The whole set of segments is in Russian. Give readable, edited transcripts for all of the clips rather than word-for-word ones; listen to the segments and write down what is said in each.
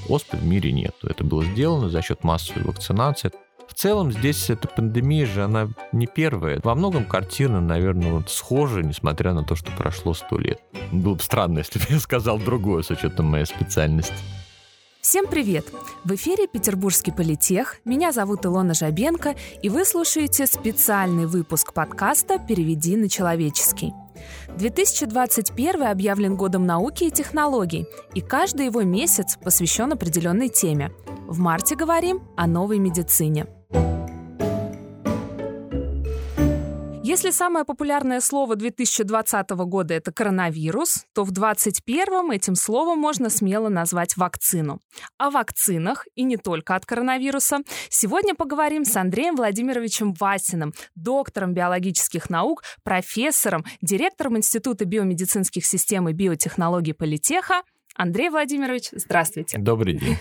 оспы в мире нет. Это было сделано за счет массовой вакцинации. В целом здесь эта пандемия же, она не первая. Во многом картина, наверное, схожа, несмотря на то, что прошло 100 лет. Было бы странно, если бы я сказал другое, с учетом моей специальности. Всем привет! В эфире Петербургский политех, меня зовут Илона Жабенко, и вы слушаете специальный выпуск подкаста «Переведи на человеческий». 2021 объявлен годом науки и технологий, и каждый его месяц посвящен определенной теме. В марте говорим о новой медицине. Если самое популярное слово 2020 года – это коронавирус, то в 2021 этим словом можно смело назвать вакцину. О вакцинах, и не только от коронавируса, сегодня поговорим с Андреем Владимировичем Васиным, доктором биологических наук, профессором, директором Института биомедицинских систем и биотехнологий Политеха. Андрей Владимирович, здравствуйте. Добрый день.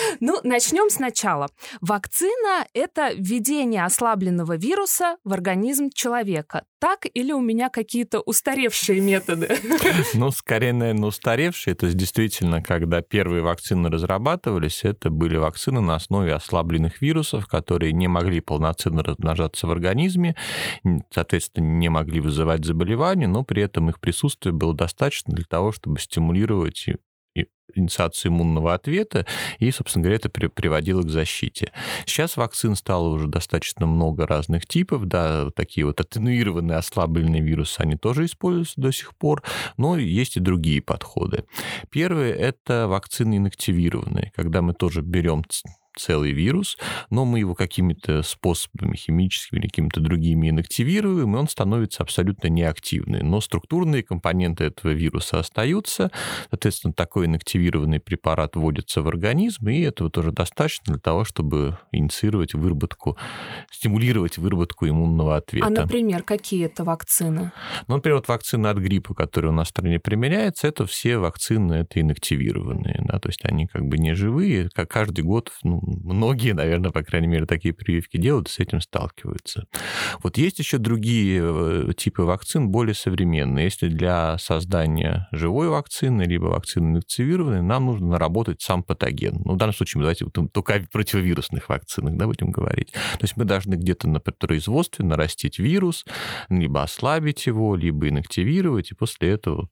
Начнем сначала. Вакцина – это введение ослабленного вируса в организм человека. Так или у меня какие-то устаревшие методы? Скорее, наверное, устаревшие. То есть, действительно, когда первые вакцины разрабатывались, это были вакцины на основе ослабленных вирусов, которые не могли полноценно размножаться в организме, соответственно, не могли вызывать заболевания, но при этом их присутствие было достаточно для того, чтобы стимулировать инициацию иммунного ответа, и, собственно говоря, это приводило к защите. Сейчас вакцин стало уже достаточно много разных типов, да, такие вот аттенуированные, ослабленные вирусы, они тоже используются до сих пор, но есть и другие подходы. Первый – это вакцины инактивированные, когда мы тоже берем целый вирус, но мы его какими-то способами химическими или какими-то другими инактивируем, и он становится абсолютно неактивный. Но структурные компоненты этого вируса остаются, соответственно, такой инактивированный препарат вводится в организм, и этого тоже достаточно для того, чтобы инициировать выработку, стимулировать выработку иммунного ответа. А, например, какие это вакцины? Например, вот вакцина от гриппа, которая у нас в стране применяется, это все вакцины, это инактивированные, да, то есть они как бы не живые, как каждый год, многие, наверное, по крайней мере, такие прививки делают и с этим сталкиваются. Вот есть еще другие типы вакцин, более современные. Если для создания живой вакцины, либо вакцины инактивированной, нам нужно наработать сам патоген. В данном случае, давайте только о противовирусных вакцинах, да, будем говорить. То есть мы должны где-то на производстве нарастить вирус, либо ослабить его, либо инактивировать, и после этого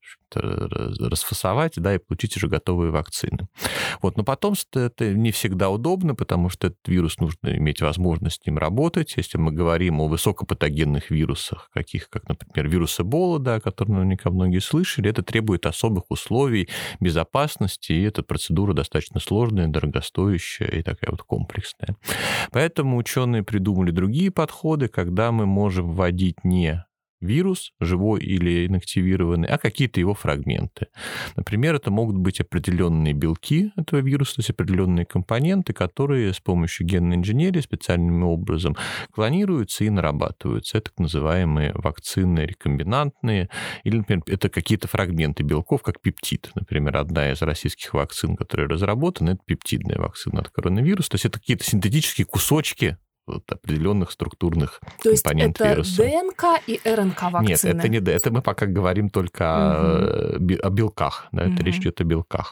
расфасовать, да, и получить уже готовые вакцины. Но потом это не всегда удобно, потому что этот вирус нужно иметь возможность с ним работать. Если мы говорим о высокопатогенных вирусах, таких как, например, вирус Эбола, да, о котором наверняка многие слышали, это требует особых условий безопасности, и эта процедура достаточно сложная, дорогостоящая и такая вот комплексная. Поэтому ученые придумали другие подходы, когда мы можем вводить не вирус, живой или инактивированный, а какие-то его фрагменты. Например, это могут быть определенные белки этого вируса, то есть определенные компоненты, которые с помощью генной инженерии специальным образом клонируются и нарабатываются. Это так называемые вакцины рекомбинантные, или, например, это какие-то фрагменты белков, как пептид. Например, одна из российских вакцин, которая разработана, это пептидная вакцина от коронавируса. То есть это какие-то синтетические кусочки определенных структурных компонентов вируса. То есть это ДНК и РНК вакцины? Нет, это не ДНК. Это мы пока говорим только о белках. Да, это речь идет о белках.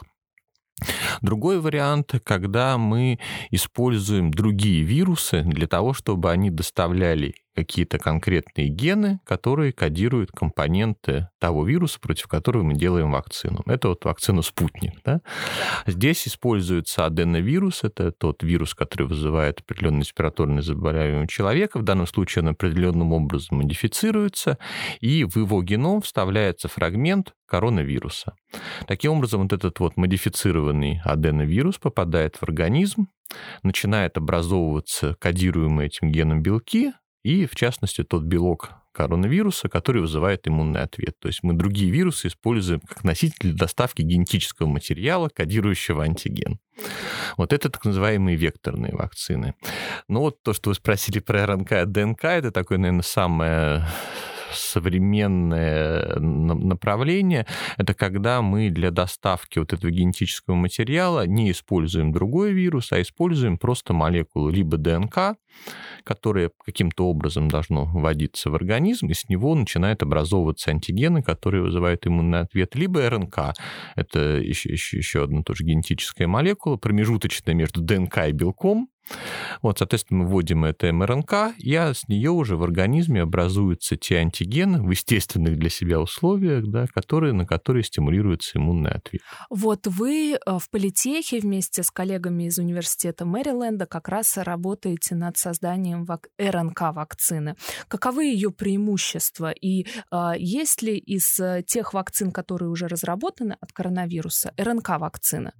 Другой вариант, когда мы используем другие вирусы для того, чтобы они доставляли какие-то конкретные гены, которые кодируют компоненты того вируса, против которого мы делаем вакцину. Это вот вакцина «Спутник». Да? Здесь используется аденовирус, это тот вирус, который вызывает определенное респираторное заболевание у человека. В данном случае он определенным образом модифицируется, и в его геном вставляется фрагмент коронавируса. Таким образом, вот этот вот модифицированный аденовирус попадает в организм, начинает образовываться кодируемые этим геном белки, и, в частности, тот белок коронавируса, который вызывает иммунный ответ. То есть мы другие вирусы используем как носитель доставки генетического материала, кодирующего антиген. Вот это так называемые векторные вакцины. Но вот то, что вы спросили про РНК и ДНК, это такое, наверное, самое современное направление, это когда мы для доставки вот этого генетического материала не используем другой вирус, а используем просто молекулу либо ДНК, которое каким-то образом должно вводиться в организм, и с него начинают образовываться антигены, которые вызывают иммунный ответ, либо РНК. Это еще одна тоже генетическая молекула, промежуточная между ДНК и белком. Вот, соответственно, мы вводим это мРНК, и с нее уже в организме образуются те антигены в естественных для себя условиях, да, на которые стимулируется иммунный ответ. Вот вы в политехе вместе с коллегами из университета Мэриленда как раз работаете над созданием РНК-вакцины. Каковы ее преимущества? И есть ли из тех вакцин, которые уже разработаны от коронавируса, РНК-вакцины?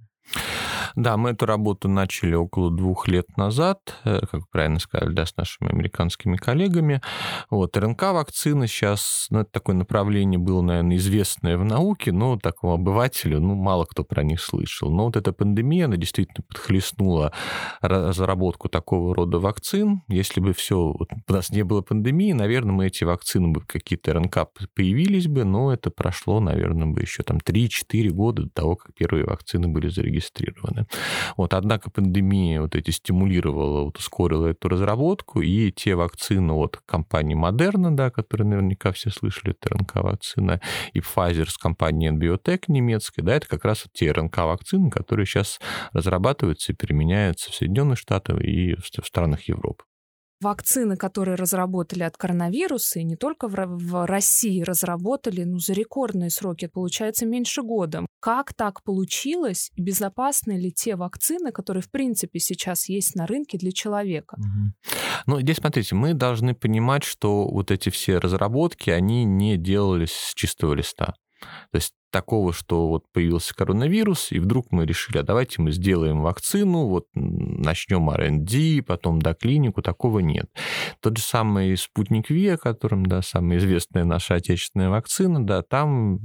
Да, мы эту работу начали около 2 лет назад, как вы правильно сказали, да, с нашими американскими коллегами. Вот, РНК-вакцины сейчас, это такое направление было, наверное, известное в науке, но такому обывателю, мало кто про них слышал. Но вот эта пандемия, она действительно подхлестнула разработку такого рода вакцин. Если бы у нас не было пандемии, наверное, мы эти вакцины бы, какие-то РНК появились бы, но это прошло, наверное, бы еще 3-4 года до того, как первые вакцины были зарегистрированы. Вот, однако пандемия стимулировала, ускорила эту разработку, и те вакцины от компании Moderna, да, которые наверняка все слышали, это РНК-вакцина, и Pfizer с компанией Biotech немецкой, да, это как раз те РНК-вакцины, которые сейчас разрабатываются и применяются в Соединенных Штатах и в странах Европы. Вакцины, которые разработали от коронавируса, и не только в России разработали, за рекордные сроки, получается, меньше года. Как так получилось? И безопасны ли те вакцины, которые, в принципе, сейчас есть на рынке для человека? Здесь, смотрите, мы должны понимать, что вот эти все разработки, они не делались с чистого листа. То есть такого, что появился коронавирус, и вдруг мы решили, давайте мы сделаем вакцину, начнем R&D, потом доклинику, такого нет. Тот же самый спутник Ви, о котором, да, самая известная наша отечественная вакцина, да, там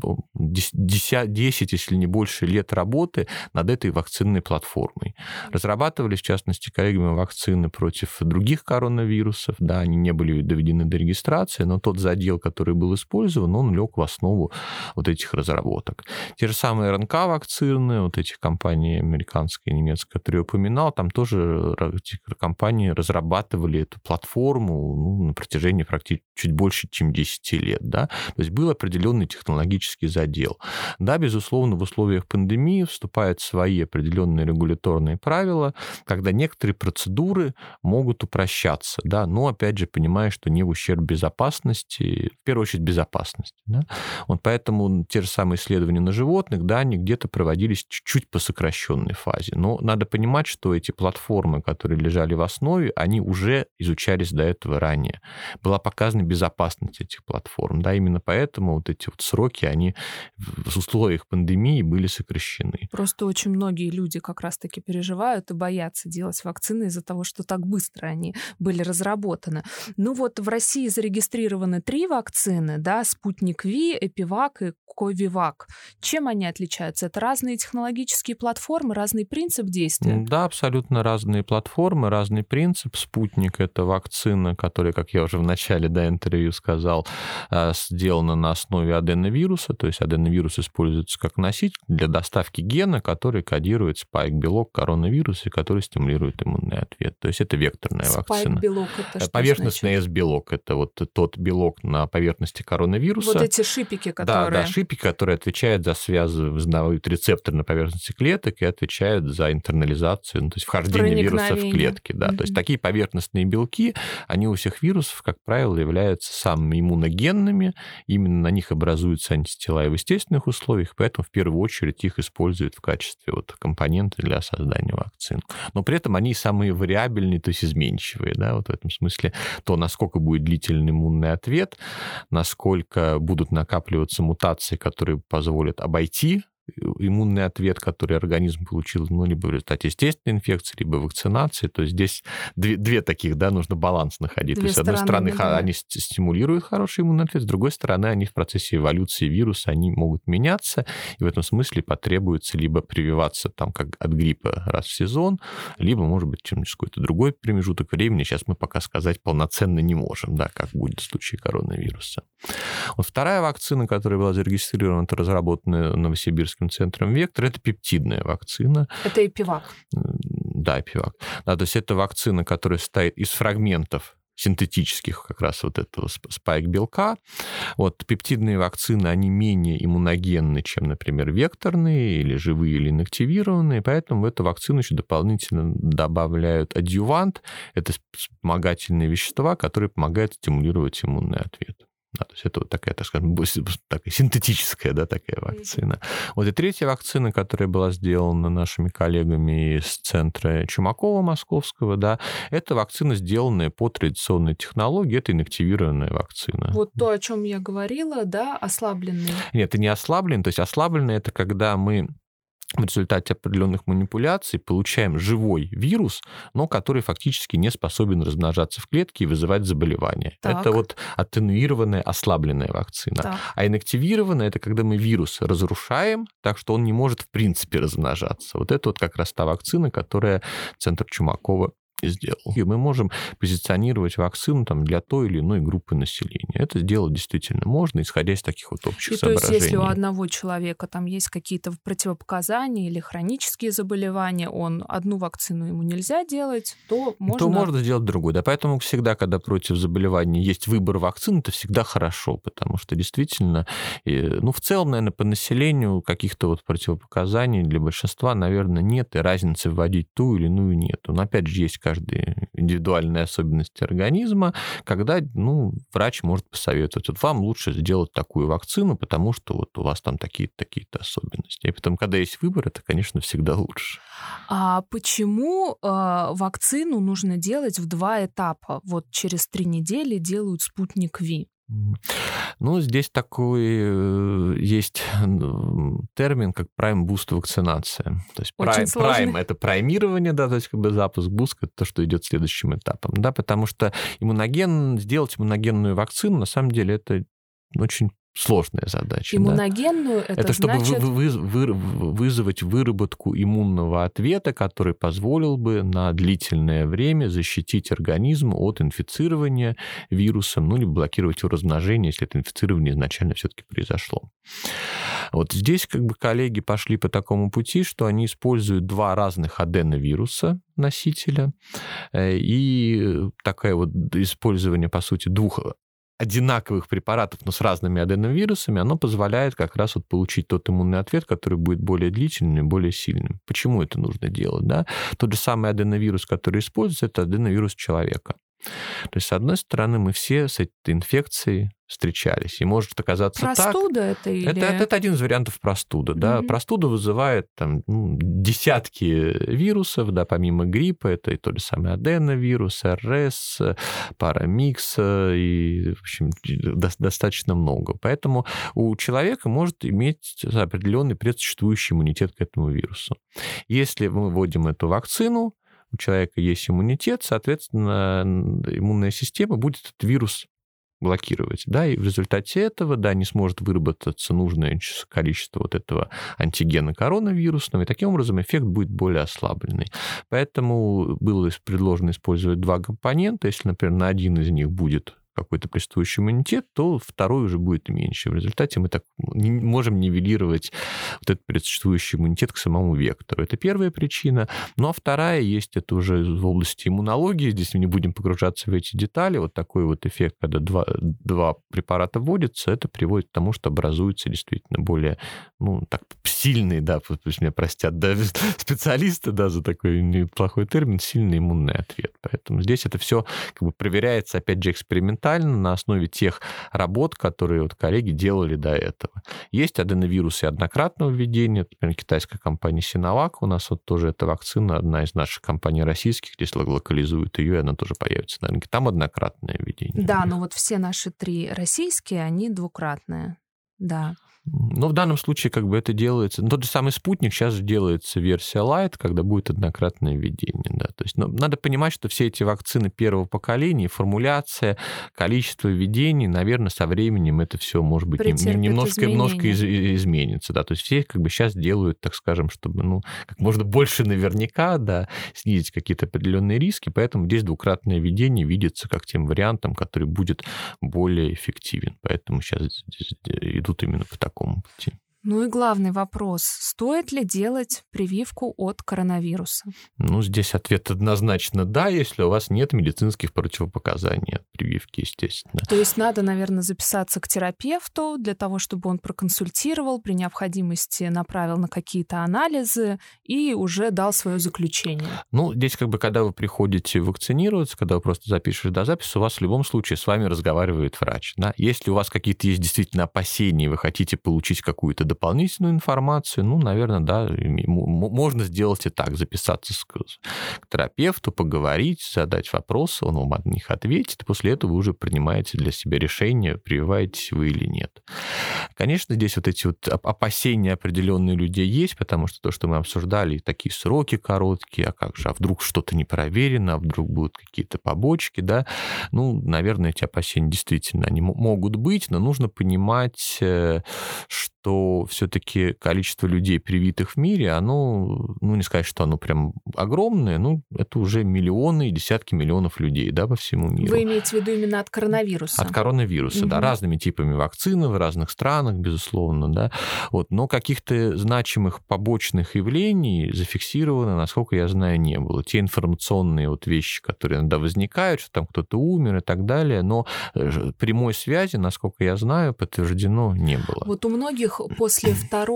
10, если не больше, лет работы над этой вакцинной платформой. Разрабатывали, в частности, коллегами вакцины против других коронавирусов, да, они не были доведены до регистрации, но тот задел, который был использован, он лег в основу вот этих разработок. Те же самые РНК-вакцины, этих компаний американской и немецкой, которые я упоминал, там тоже эти компании разрабатывали эту платформу на протяжении практически чуть больше, чем 10 лет. Да? То есть был определенный технологический задел. Да, безусловно, в условиях пандемии вступают свои определенные регуляторные правила, когда некоторые процедуры могут упрощаться, да? Но, опять же, понимая, что не в ущерб безопасности, в первую очередь безопасности. Да? Поэтому те же самые исследования на животных, да, они где-то проводились чуть-чуть по сокращенной фазе. Но надо понимать, что эти платформы, которые лежали в основе, они уже изучались до этого ранее. Была показана безопасность этих платформ. Да, именно поэтому эти сроки, они в условиях пандемии были сокращены. Просто очень многие люди как раз-таки переживают и боятся делать вакцины из-за того, что так быстро они были разработаны. В России зарегистрированы 3 вакцины, да, спутник Ви, Эпивак и Ковивак. Чем они отличаются? Это разные технологические платформы, разный принцип действия? Да, абсолютно разные платформы, разный принцип. Спутник — это вакцина, которая, как я уже в начале интервью сказал, сделана на основе аденовируса, то есть аденовирус используется как носитель для доставки гена, который кодирует спайк-белок коронавируса, который стимулирует иммунный ответ. То есть это векторная вакцина. Спайк-белок — это что поверхностный S-белок — это тот белок на поверхности коронавируса. Эти шипики, которые... Да, шипики, которые отвечают за вызнают рецепторы на поверхности клеток и отвечают за интернализацию, то есть вхождение вируса в клетки. Да. То есть такие поверхностные белки, они у всех вирусов, как правило, являются самыми иммуногенными, именно на них образуются антитела и в естественных условиях, поэтому в первую очередь их используют в качестве компонента для создания вакцин. Но при этом они самые вариабельные, то есть изменчивые, да, в этом смысле, то, насколько будет длительный иммунный ответ, насколько будут накапливаться мутации, которые позволят обойти иммунный ответ, который организм получил, либо в результате естественной инфекции, либо вакцинации. То есть здесь две таких, нужно баланс находить. То есть, с одной стороны, они стимулируют хороший иммунный ответ, с другой стороны, они в процессе эволюции вируса, они могут меняться, и в этом смысле потребуется либо прививаться как от гриппа раз в сезон, либо, может быть, через какой-то другой промежуток времени. Сейчас мы пока сказать полноценно не можем, как будет в случае коронавируса. Вот вторая вакцина, которая была зарегистрирована, разработанная Новосибирским центром «Вектор», это пептидная вакцина. Это Эпивак. Да, Эпивак. То есть это вакцина, которая состоит из фрагментов синтетических как раз вот этого спайк-белка. Вот пептидные вакцины, они менее иммуногенны, чем, например, векторные или живые, или инактивированные, поэтому в эту вакцину еще дополнительно добавляют адъювант. Это вспомогательные вещества, которые помогают стимулировать иммунный ответ. То есть это вот такая, так скажем, такая синтетическая, такая вакцина. Вот и третья вакцина, которая была сделана нашими коллегами из центра Чумакова московского, это вакцина, сделанная по традиционной технологии, это инактивированная вакцина. Вот то, о чем я говорила, ослабленный. Нет, это не ослабленный, то есть ослабленный это когда мы в результате определенных манипуляций получаем живой вирус, но который фактически не способен размножаться в клетке и вызывать заболевания. Так. Это вот аттенуированная, ослабленная вакцина. Так. А инактивированная – это когда мы вирус разрушаем, так что он не может в принципе размножаться. Вот это вот как раз та вакцина, которая Центр Чумакова сделал. И мы можем позиционировать вакцину для той или иной группы населения. Это сделать действительно можно, исходя из таких вот общих соображений. То есть, если у одного человека есть какие-то противопоказания или хронические заболевания, одну вакцину ему нельзя делать, то можно... То можно сделать другую. Поэтому всегда, когда против заболевания есть выбор вакцин, это всегда хорошо, потому что действительно, в целом, наверное, по населению каких-то вот противопоказаний для большинства, наверное, нет, и разницы вводить ту или иную нет. Но опять же, есть каждые индивидуальные особенности организма, когда врач может посоветовать, вам лучше сделать такую вакцину, потому что у вас там такие-то особенности. И потом, когда есть выбор, это, конечно, всегда лучше. А почему вакцину нужно делать в 2 этапа? Вот через 3 недели делают спутник Ви. Здесь такой есть термин, как прайм-буст вакцинация. То есть прайм – это праймирование, то есть запуск, буст – это то, что идет следующим этапом. Потому что сделать иммуногенную вакцину, на самом деле, это очень сложная задача. Иммуногенную это чтобы значит... вызвать выработку иммунного ответа, который позволил бы на длительное время защитить организм от инфицирования вирусом, либо блокировать его размножение, если это инфицирование изначально все-таки произошло. Вот здесь коллеги пошли по такому пути, что они используют 2 разных аденовируса носителя, и такое вот использование, по сути, 2 одинаковых препаратов, но с разными аденовирусами, оно позволяет как раз получить тот иммунный ответ, который будет более длительным и более сильным. Почему это нужно делать? Тот же самый аденовирус, который используется, это аденовирус человека. То есть, с одной стороны, мы все с этой инфекцией встречались. И может оказаться простуда так... это или... Это один из вариантов простуды. Простуда вызывает десятки вирусов, помимо гриппа. Это и тот же самый аденовирус, РС, парамикс, и, в общем, достаточно много. Поэтому у человека может иметь определенный предсуществующий иммунитет к этому вирусу. Если мы вводим эту вакцину, у человека есть иммунитет, соответственно, иммунная система будет этот вирус блокировать, и в результате этого, не сможет выработаться нужное количество вот этого антигена коронавирусного, и таким образом эффект будет более ослабленный. Поэтому было предложено использовать 2 компонента. Если, например, на один из них будет какой-то присутствующий иммунитет, то второй уже будет меньше. В результате мы так можем нивелировать вот этот предсуществующий иммунитет к самому вектору. Это первая причина. Ну, а вторая есть, это уже в области иммунологии. Здесь мы не будем погружаться в эти детали. Вот такой вот эффект, когда два препарата вводятся, это приводит к тому, что образуются действительно более, сильные, пусть меня простят, специалисты, за такой неплохой термин, сильный иммунный ответ. Поэтому здесь это все проверяется, опять же, экспериментально на основе тех работ, которые коллеги делали до этого. Есть аденовирусы однократного введения, например, китайская компания Sinovac, у нас тоже эта вакцина, одна из наших компаний российских, здесь локализует ее, и она тоже появится на рынке. Там однократное введение. Да, но все наши 3 российские, они двукратные. Да. Но в данном случае как бы это делается... Ну, тот же самый спутник сейчас же делается версия Light, когда будет однократное введение. Да. То есть надо понимать, что все эти вакцины первого поколения, формуляция, количество введений, наверное, со временем это все, может быть, немножко изменится. Да. То есть все как бы сейчас делают, так скажем, чтобы как можно больше наверняка, да, снизить какие-то определенные риски, поэтому здесь двукратное введение видится как тем вариантом, который будет более эффективен. Поэтому сейчас идут именно по такому пути. Ну и главный вопрос. Стоит ли делать прививку от коронавируса? Здесь ответ однозначно да, если у вас нет медицинских противопоказаний от прививки, естественно. То есть надо, наверное, записаться к терапевту для того, чтобы он проконсультировал, при необходимости направил на какие-то анализы и уже дал свое заключение. Здесь как бы, когда вы приходите вакцинироваться, когда вы просто запишешь до записи, у вас в любом случае с вами разговаривает врач. Да? Если у вас какие-то есть действительно опасения, вы хотите получить какую-то дополнительную информацию, наверное, да, можно сделать и так, записаться к терапевту, поговорить, задать вопросы, он вам от них ответит, и после этого вы уже принимаете для себя решение, прививаетесь вы или нет. Конечно, здесь вот эти вот опасения определенные людей есть, потому что то, что мы обсуждали, такие сроки короткие, а вдруг что-то не проверено, а вдруг будут какие-то побочки, да, наверное, эти опасения действительно, они могут быть, но нужно понимать, что все-таки количество людей, привитых в мире, оно, не сказать, что оно прям огромное, это уже миллионы и десятки миллионов людей, да, по всему миру. Вы имеете в виду именно от коронавируса? От коронавируса, да, разными типами вакцины в разных странах, безусловно, да. Но каких-то значимых побочных явлений зафиксировано, насколько я знаю, не было. Те информационные вещи, которые иногда возникают, что там кто-то умер и так далее, но прямой связи, насколько я знаю, подтверждено не было. У многих после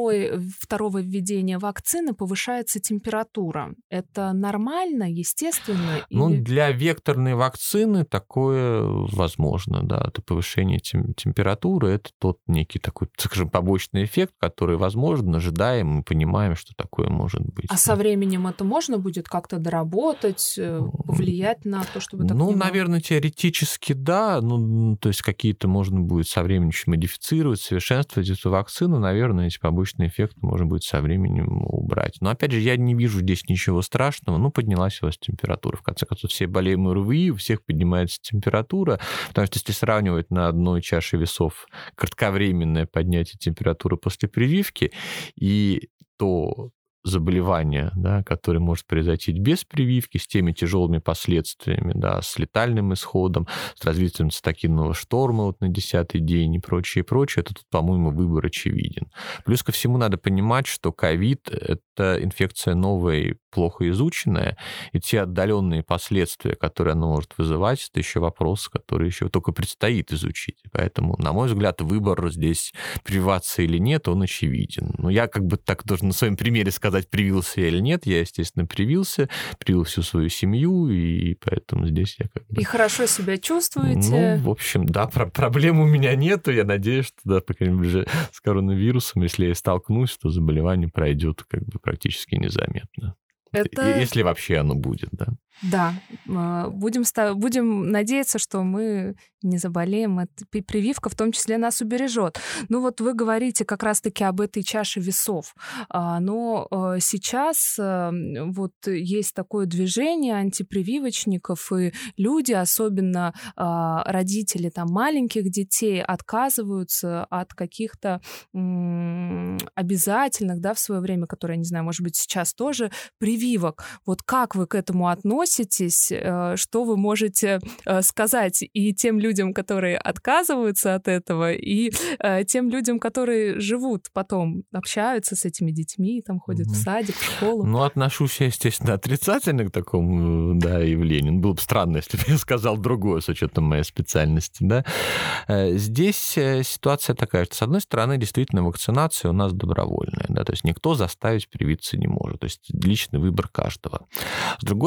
второго введения вакцины повышается температура. Это нормально, естественно? Для векторной вакцины такое возможно, да. Это повышение температуры, это тот некий такой, скажем, побочный эффект, который возможен, ожидаем, мы понимаем, что такое может быть. А со временем это можно будет как-то доработать, повлиять на то, чтобы так не было? Наверное, теоретически да, то есть какие-то можно будет со временем модифицировать, совершенствовать эту вакцину, наверное, эти побочные эффекты можно будет со временем убрать. Но, опять же, я не вижу здесь ничего страшного. Поднялась у вас температура. В конце концов, все болеем ОРВИ, у всех поднимается температура, потому что если сравнивать на одной чаше весов кратковременное поднятие температуры после прививки и то заболевание, да, которое может произойти без прививки, с теми тяжелыми последствиями, да, с летальным исходом, с развитием цитокинового шторма на 10-й день и прочее, это тут, по-моему, выбор очевиден. Плюс ко всему надо понимать, что ковид — это инфекция новая и плохо изученная, и те отдаленные последствия, которые она может вызывать, это еще вопрос, который еще только предстоит изучить. Поэтому, на мой взгляд, выбор здесь, прививаться или нет, он очевиден. Я так должен на своем примере сказать, привился я или нет. Я, естественно, привился, привил всю свою семью, и поэтому здесь я И хорошо себя чувствуете? В общем, да, проблем у меня нету. Я надеюсь, что, да, по крайней мере, с коронавирусом, если я столкнусь, то заболевание пройдет практически незаметно. Если вообще оно будет, да. Да, будем надеяться, что мы не заболеем, прививка в том числе нас убережет. Вы говорите как раз-таки об этой чаше весов, но сейчас есть такое движение антипрививочников, и люди, особенно родители маленьких детей, отказываются от каких-то обязательных, да, в свое время, которые, я не знаю, может быть, сейчас тоже, прививок. Как вы к этому относитесь? Что вы можете сказать и тем людям, которые отказываются от этого, и тем людям, которые живут потом, общаются с этими детьми, ходят в садик, в школу? Отношусь я, естественно, отрицательно к такому, да, явлению. Было бы странно, если бы я сказал другое с учетом моей специальности, да. Здесь ситуация такая, что, с одной стороны, действительно, вакцинация у нас добровольная, да, то есть никто заставить привиться не может, то есть личный выбор каждого. С другой стороны,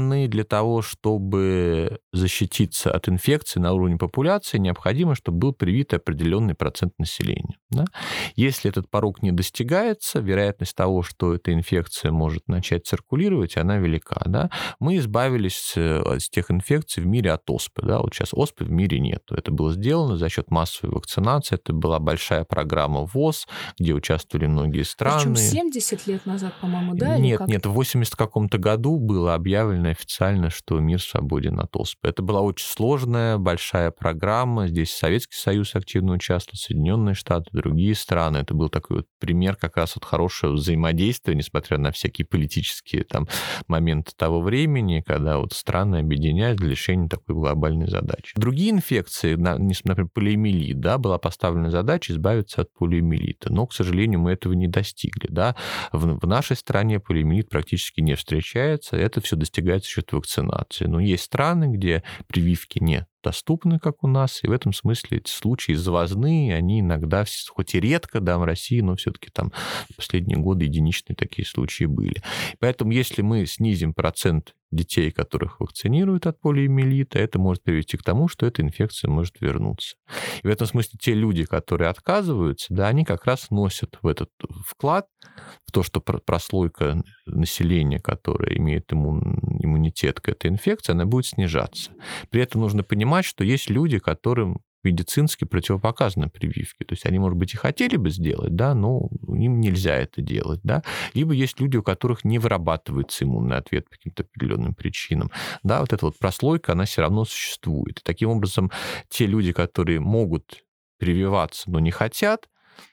стороны, для того, чтобы защититься от инфекции на уровне популяции, необходимо, чтобы был привит определенный процент населения. Да? Если этот порог не достигается, вероятность того, что эта инфекция может начать циркулировать, она велика. Да? Мы избавились от тех инфекций в мире от оспы. Да? Вот сейчас оспы в мире нет. Это было сделано за счет массовой вакцинации. Это была большая программа ВОЗ, где участвовали многие страны. Причем 70 лет назад, по-моему, да? Нет, в 80 каком-то году было объявлено официально, что мир свободен от оспы. Это была очень сложная, большая программа. Здесь Советский Союз активно участвовал, Соединенные Штаты, другие страны. Это был такой вот пример как раз вот хорошего взаимодействия, несмотря на всякие политические там моменты того времени, когда вот страны объединяются для решения такой глобальной задачи. Другие инфекции, например, полиомиелит, да, была поставлена задача избавиться от полиомиелита, но, к сожалению, мы этого не достигли. Да. В нашей стране полиомиелит практически не встречается, это все достигается за счет вакцинации. Но есть страны, где прививки не доступны, как у нас, и в этом смысле эти случаи завозные, они иногда, хоть и редко, да, в России, но все-таки там в последние годы единичные такие случаи были. Поэтому если мы снизим процент детей, которых вакцинируют от полиомиелита, это может привести к тому, что эта инфекция может вернуться. И в этом смысле те люди, которые отказываются, да, они как раз носят в этот вклад, в то, что прослойка населения, которая имеет иммунитет к этой инфекции, она будет снижаться. При этом нужно понимать, что есть люди, которым медицински противопоказаны прививки. То есть они, может быть, и хотели бы сделать, да, но им нельзя это делать. Да? Либо есть люди, у которых не вырабатывается иммунный ответ по каким-то определенным причинам. Да, вот эта вот прослойка, она все равно существует. И таким образом, те люди, которые могут прививаться, но не хотят,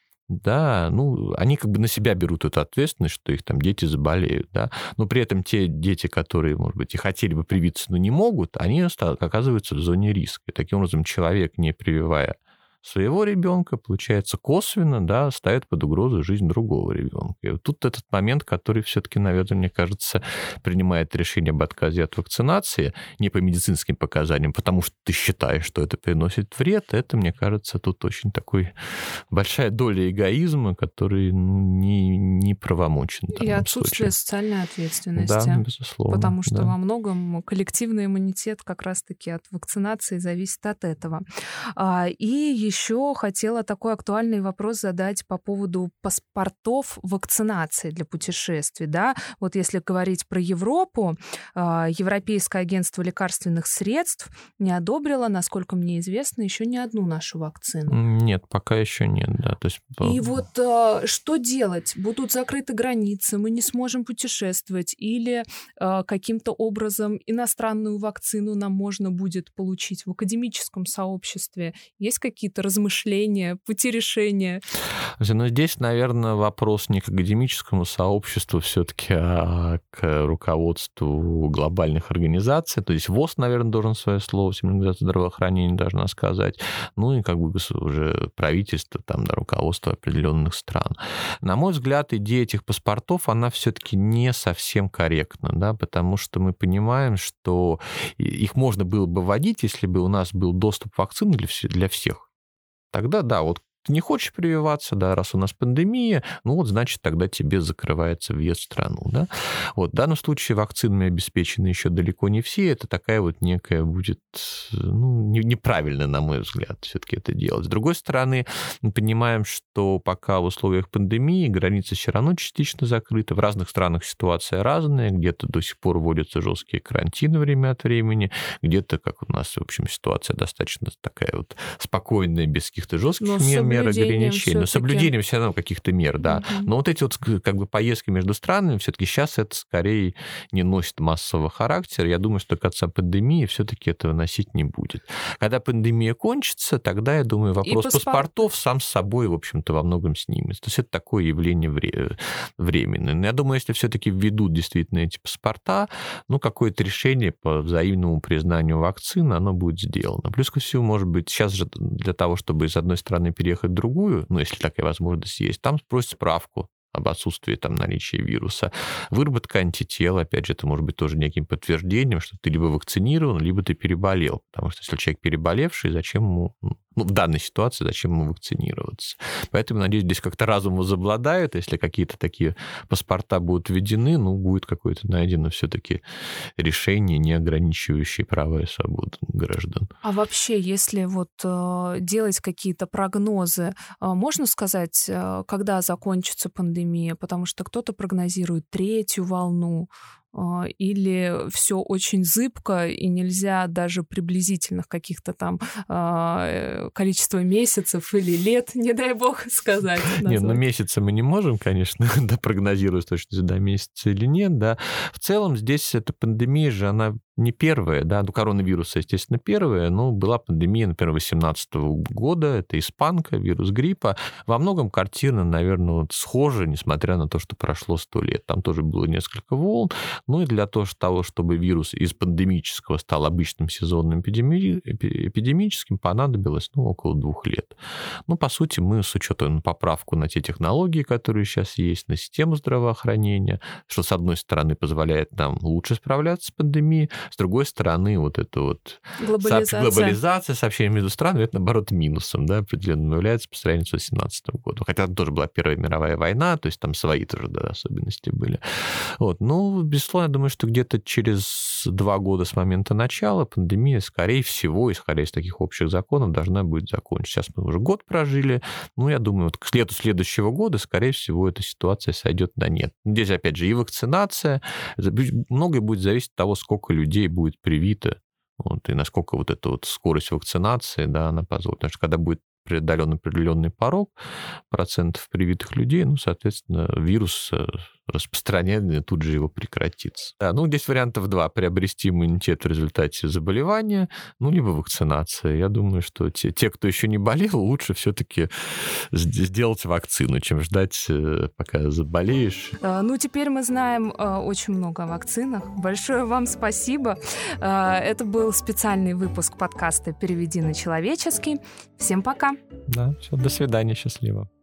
да, ну, они как бы на себя берут эту ответственность, что их там дети заболеют, да, но при этом те дети, которые, может быть, и хотели бы привиться, но не могут, они оказываются в зоне риска. И таким образом человек, не прививая своего ребенка, получается, косвенно, да, ставит под угрозу жизнь другого ребенка. И вот тут этот момент, который все-таки, наверное, мне кажется, принимает решение об отказе от вакцинации не по медицинским показаниям, потому что ты считаешь, что это приносит вред, это, мне кажется, тут очень такой большая доля эгоизма, который не правомочен. И отсутствие социальной ответственности. Да, безусловно. Потому что во многом коллективный иммунитет как раз-таки от вакцинации зависит от этого. И еще хотела такой актуальный вопрос задать по поводу паспортов вакцинации для путешествий. Да? Вот если говорить про Европу, Европейское агентство лекарственных средств не одобрило, насколько мне известно, еще ни одну нашу вакцину. Нет, пока еще нет. Да. То есть... И вот что делать? Будут закрыты границы, мы не сможем путешествовать, или каким-то образом иностранную вакцину нам можно будет получить в академическом сообществе? Есть какие-то размышления, пути решения? Но здесь, наверное, вопрос не к академическому сообществу все-таки, а к руководству глобальных организаций. То есть ВОЗ, наверное, должен свое слово, Всемирная организация здравоохранения должна сказать, ну и как бы уже правительство, там, да, руководство определенных стран. На мой взгляд, идея этих паспортов, она все-таки не совсем корректна, да, потому что мы понимаем, что их можно было бы вводить, если бы у нас был доступ к вакцинам для всех. Тогда, да, вот ты не хочешь прививаться, да, раз у нас пандемия, ну вот, значит, тогда тебе закрывается въезд в страну, да. Вот, в данном случае вакцинами обеспечены еще далеко не все, это такая вот некая будет, ну, неправильно, на мой взгляд, все-таки это делать. С другой стороны, мы понимаем, что пока в условиях пандемии границы все равно частично закрыты, в разных странах ситуация разная, где-то до сих пор вводятся жесткие карантины время от времени, где-то, как у нас, в общем, ситуация достаточно такая вот спокойная, без каких-то жестких мер ограничений, но соблюдением все равно каких-то мер, да. Но вот эти вот как бы поездки между странами, все-таки сейчас это скорее не носит массового характера. Я думаю, что до конца пандемии все-таки этого носить не будет. Когда пандемия кончится, тогда, я думаю, вопрос паспортов сам с собой, в общем-то, во многом снимется. То есть это такое явление временное. Но я думаю, если все-таки введут действительно эти паспорта, ну, какое-то решение по взаимному признанию вакцины, оно будет сделано. Плюс ко всему, может быть, сейчас же для того, чтобы из одной страны переехать в другую, ну, если такая возможность есть, там спросят справку об отсутствии там наличия вируса. Выработка антител, опять же, это может быть тоже неким подтверждением, что ты либо вакцинирован, либо ты переболел. Потому что если человек переболевший, зачем ему в данной ситуации зачем ему вакцинироваться. Поэтому, надеюсь, здесь как-то разум возобладает, если какие-то такие паспорта будут введены, будет какое-то найдено все-таки решение, не ограничивающее права и свободы граждан. А вообще, если делать какие-то прогнозы, можно сказать, когда закончится пандемия? Потому что кто-то прогнозирует 3-ю волну, или все очень зыбко, и нельзя даже приблизительных каких-то там количества месяцев или лет, не дай бог сказать. Нет, месяца мы не можем, конечно, прогнозировать точно, да, месяца или нет, да. В целом здесь эта пандемия же, она не первая, да, коронавируса, естественно, первая, но была пандемия, например, 2018 года, это испанка, вирус гриппа. Во многом картина, наверное, схожа, несмотря на то, что прошло 100 лет. Там тоже было несколько волн, и для того, чтобы вирус из пандемического стал обычным сезонным эпидемическим, понадобилось, около 2 лет. По сути, мы с учетом поправку на те технологии, которые сейчас есть, на систему здравоохранения, что, с одной стороны, позволяет нам лучше справляться с пандемией, с другой стороны, глобализация сообщений между странами, это, наоборот, минусом, да, определенным является по сравнению с 2018 годом. Хотя там тоже была Первая мировая война, то есть там свои тоже, да, особенности были. Безусловно, я думаю, что где-то через 2 года с момента начала пандемия, скорее всего, исходя из таких общих законов, должна будет закончиться. Сейчас мы уже год прожили, я думаю, к лету следующего года, скорее всего, эта ситуация сойдет на нет. Здесь, опять же, и вакцинация, многое будет зависеть от того, сколько людей будет привито, и насколько эта скорость вакцинации, да, она позволит. Потому что когда будет преодолен определенный порог процентов привитых людей, соответственно, вирус распространение тут же его прекратится. Да, здесь вариантов 2. Приобрести иммунитет в результате заболевания, либо вакцинация. Я думаю, что те, кто еще не болел, лучше все-таки сделать вакцину, чем ждать, пока заболеешь. Теперь мы знаем очень много о вакцинах. Большое вам спасибо. Это был специальный выпуск подкаста «Переведи на человеческий». Всем пока. Да, все, до свидания, счастливо.